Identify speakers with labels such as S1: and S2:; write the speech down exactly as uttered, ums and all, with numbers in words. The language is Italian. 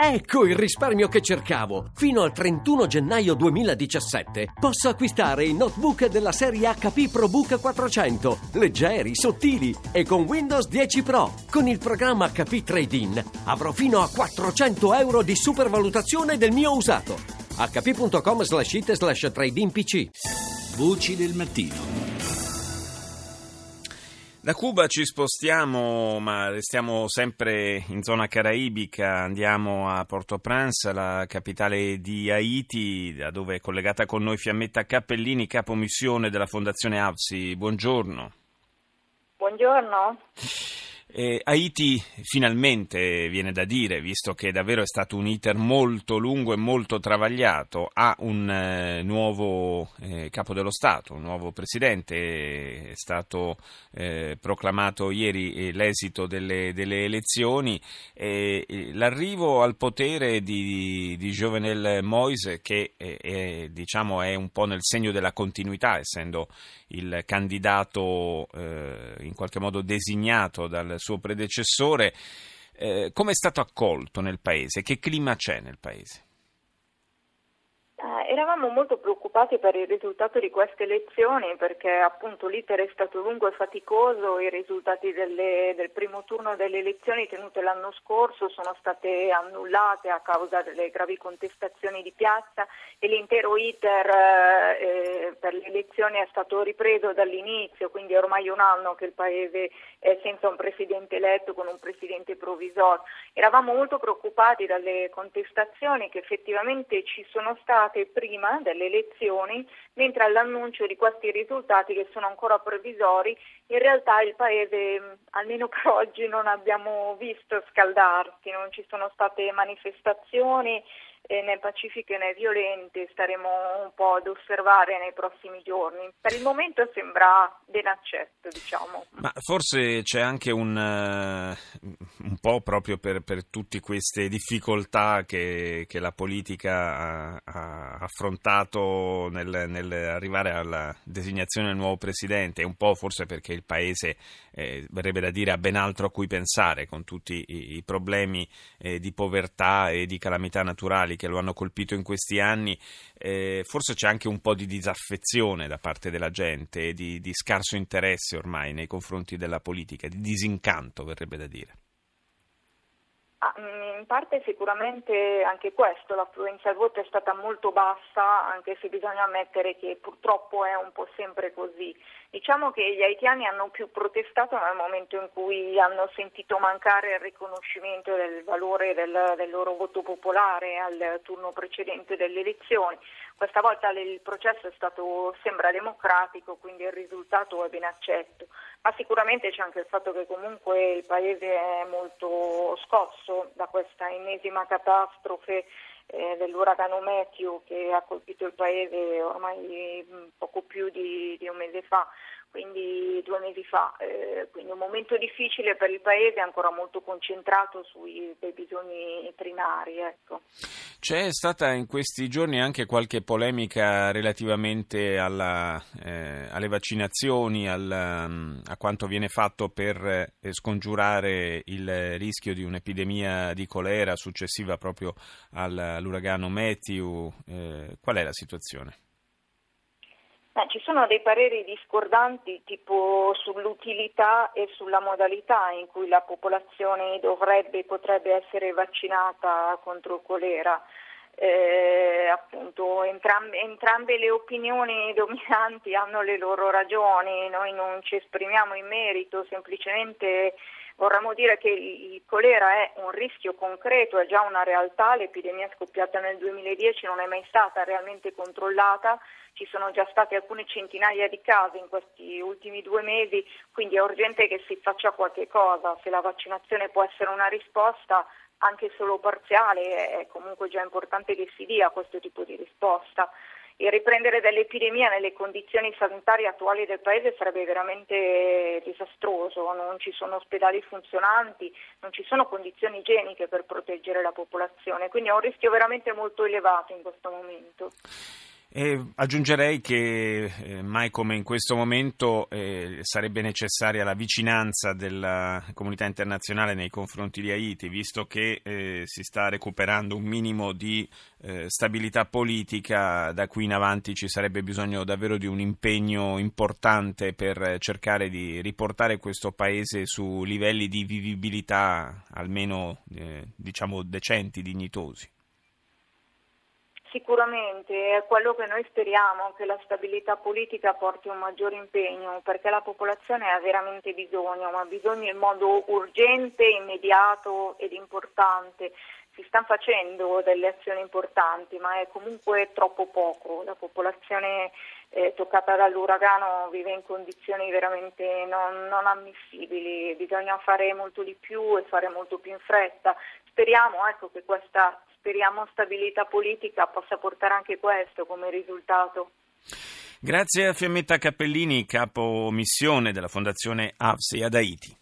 S1: Ecco il risparmio che cercavo! Fino al trentuno gennaio duemiladiciassette posso acquistare i notebook della serie acca pi ProBook quattrocento, leggeri, sottili e con Windows dieci Pro. Con il programma acca pi Trade-in avrò fino a quattrocento euro di supervalutazione del mio usato. acca pi punto com slash it slash trade-in pc.
S2: Voci del mattino.
S3: Da Cuba ci spostiamo, ma restiamo sempre in zona caraibica, andiamo a Port-au-Prince, la capitale di Haiti, da dove è collegata con noi Fiammetta Cappellini, capomissione della Fondazione A V S I. Buongiorno.
S4: Buongiorno.
S3: Eh, Haiti finalmente, viene da dire, visto che davvero è stato un iter molto lungo e molto travagliato, ha un eh, nuovo eh, capo dello Stato, un nuovo presidente. È stato eh, proclamato ieri eh, l'esito delle, delle elezioni, e eh, l'arrivo al potere di, di Jovenel Moïse, che è, è, diciamo, è un po' nel segno della continuità, essendo il candidato eh, in qualche modo designato dal suo predecessore. Eh, come è stato accolto nel paese? Che clima c'è nel paese?
S4: Eh, eravamo molto preoccupati per il risultato di queste elezioni, perché appunto l'iter è stato lungo e faticoso. I risultati delle, del primo turno delle elezioni tenute l'anno scorso sono state annullate a causa delle gravi contestazioni di piazza, e l'intero iter eh, per le elezioni è stato ripreso dall'inizio, quindi è ormai un anno che il paese è senza un presidente eletto, con un presidente provvisorio. Eravamo molto preoccupati dalle contestazioni che effettivamente ci sono state prima delle elezioni, mentre all'annuncio di questi risultati, che sono ancora provvisori, in realtà il paese, almeno per oggi, non abbiamo visto scaldarsi, non ci sono state manifestazioni eh, né pacifiche né violente. Staremo un po' ad osservare nei prossimi giorni. Per il momento sembra ben accetto, diciamo.
S3: Ma forse c'è anche un, uh, un po' proprio per, per tutte queste difficoltà che, che la politica ha, ha affrontato nel, nel arrivare alla designazione del nuovo presidente, un po' forse perché il paese, eh, verrebbe da dire, ha ben altro a cui pensare, con tutti i, i problemi eh, di povertà e di calamità naturali che lo hanno colpito in questi anni. Eh, forse c'è anche un po' di disaffezione da parte della gente, di, di scarso interesse ormai nei confronti della politica, di disincanto, verrebbe da dire.
S4: In parte sicuramente anche questo, l'affluenza al voto è stata molto bassa, anche se bisogna ammettere che purtroppo è un po' sempre così. Diciamo che gli haitiani hanno più protestato nel momento in cui hanno sentito mancare il riconoscimento del valore del, del loro voto popolare al turno precedente delle elezioni. Questa volta il processo è stato, sembra democratico, quindi il risultato è ben accetto. Ma sicuramente c'è anche il fatto che comunque il paese è molto scosso da questa ennesima catastrofe eh, dell'uragano Matthew, che ha colpito il paese ormai poco più di, di un mese fa, quindi due mesi fa. Eh, quindi un momento difficile per il paese, ancora molto concentrato sui dei bisogni primari. Ecco.
S3: C'è stata in questi giorni anche qualche polemica relativamente alla, eh, alle vaccinazioni, al, a quanto viene fatto per eh, scongiurare il rischio di un'epidemia di colera successiva proprio al, all'uragano Matthew. Eh, qual è la situazione?
S4: Eh, ci sono dei pareri discordanti, tipo sull'utilità e sulla modalità in cui la popolazione dovrebbe e potrebbe essere vaccinata contro il colera. Eh, appunto entrambe, entrambe le opinioni dominanti hanno le loro ragioni. Noi non ci esprimiamo in merito, semplicemente vorremmo dire che il colera è un rischio concreto, è già una realtà. L'epidemia scoppiata nel duemiladieci non è mai stata realmente controllata, ci sono già state alcune centinaia di casi in questi ultimi due mesi, quindi è urgente che si faccia qualche cosa. Se la vaccinazione può essere una risposta, anche solo parziale, è comunque già importante che si dia questo tipo di risposta. Il riprendere dell'epidemia nelle condizioni sanitarie attuali del paese sarebbe veramente disastroso. Non ci sono ospedali funzionanti, non ci sono condizioni igieniche per proteggere la popolazione, quindi è un rischio veramente molto elevato in questo momento.
S3: E aggiungerei che eh, mai come in questo momento eh, sarebbe necessaria la vicinanza della comunità internazionale nei confronti di Haiti, visto che eh, si sta recuperando un minimo di eh, stabilità politica. Da qui in avanti ci sarebbe bisogno davvero di un impegno importante per cercare di riportare questo paese su livelli di vivibilità almeno eh, diciamo decenti, dignitosi.
S4: Sicuramente è quello che noi speriamo, che la stabilità politica porti un maggiore impegno, perché la popolazione ha veramente bisogno, ma bisogno in modo urgente, immediato ed importante. Si stanno facendo delle azioni importanti, ma è comunque troppo poco. La popolazione eh, toccata dall'uragano vive in condizioni veramente non, non ammissibili, bisogna fare molto di più e fare molto più in fretta. Speriamo ecco, che questa speriamo stabilità politica possa portare anche questo come risultato.
S3: Grazie a Fiammetta Cappellini, capo missione della Fondazione A V S E ad Haiti.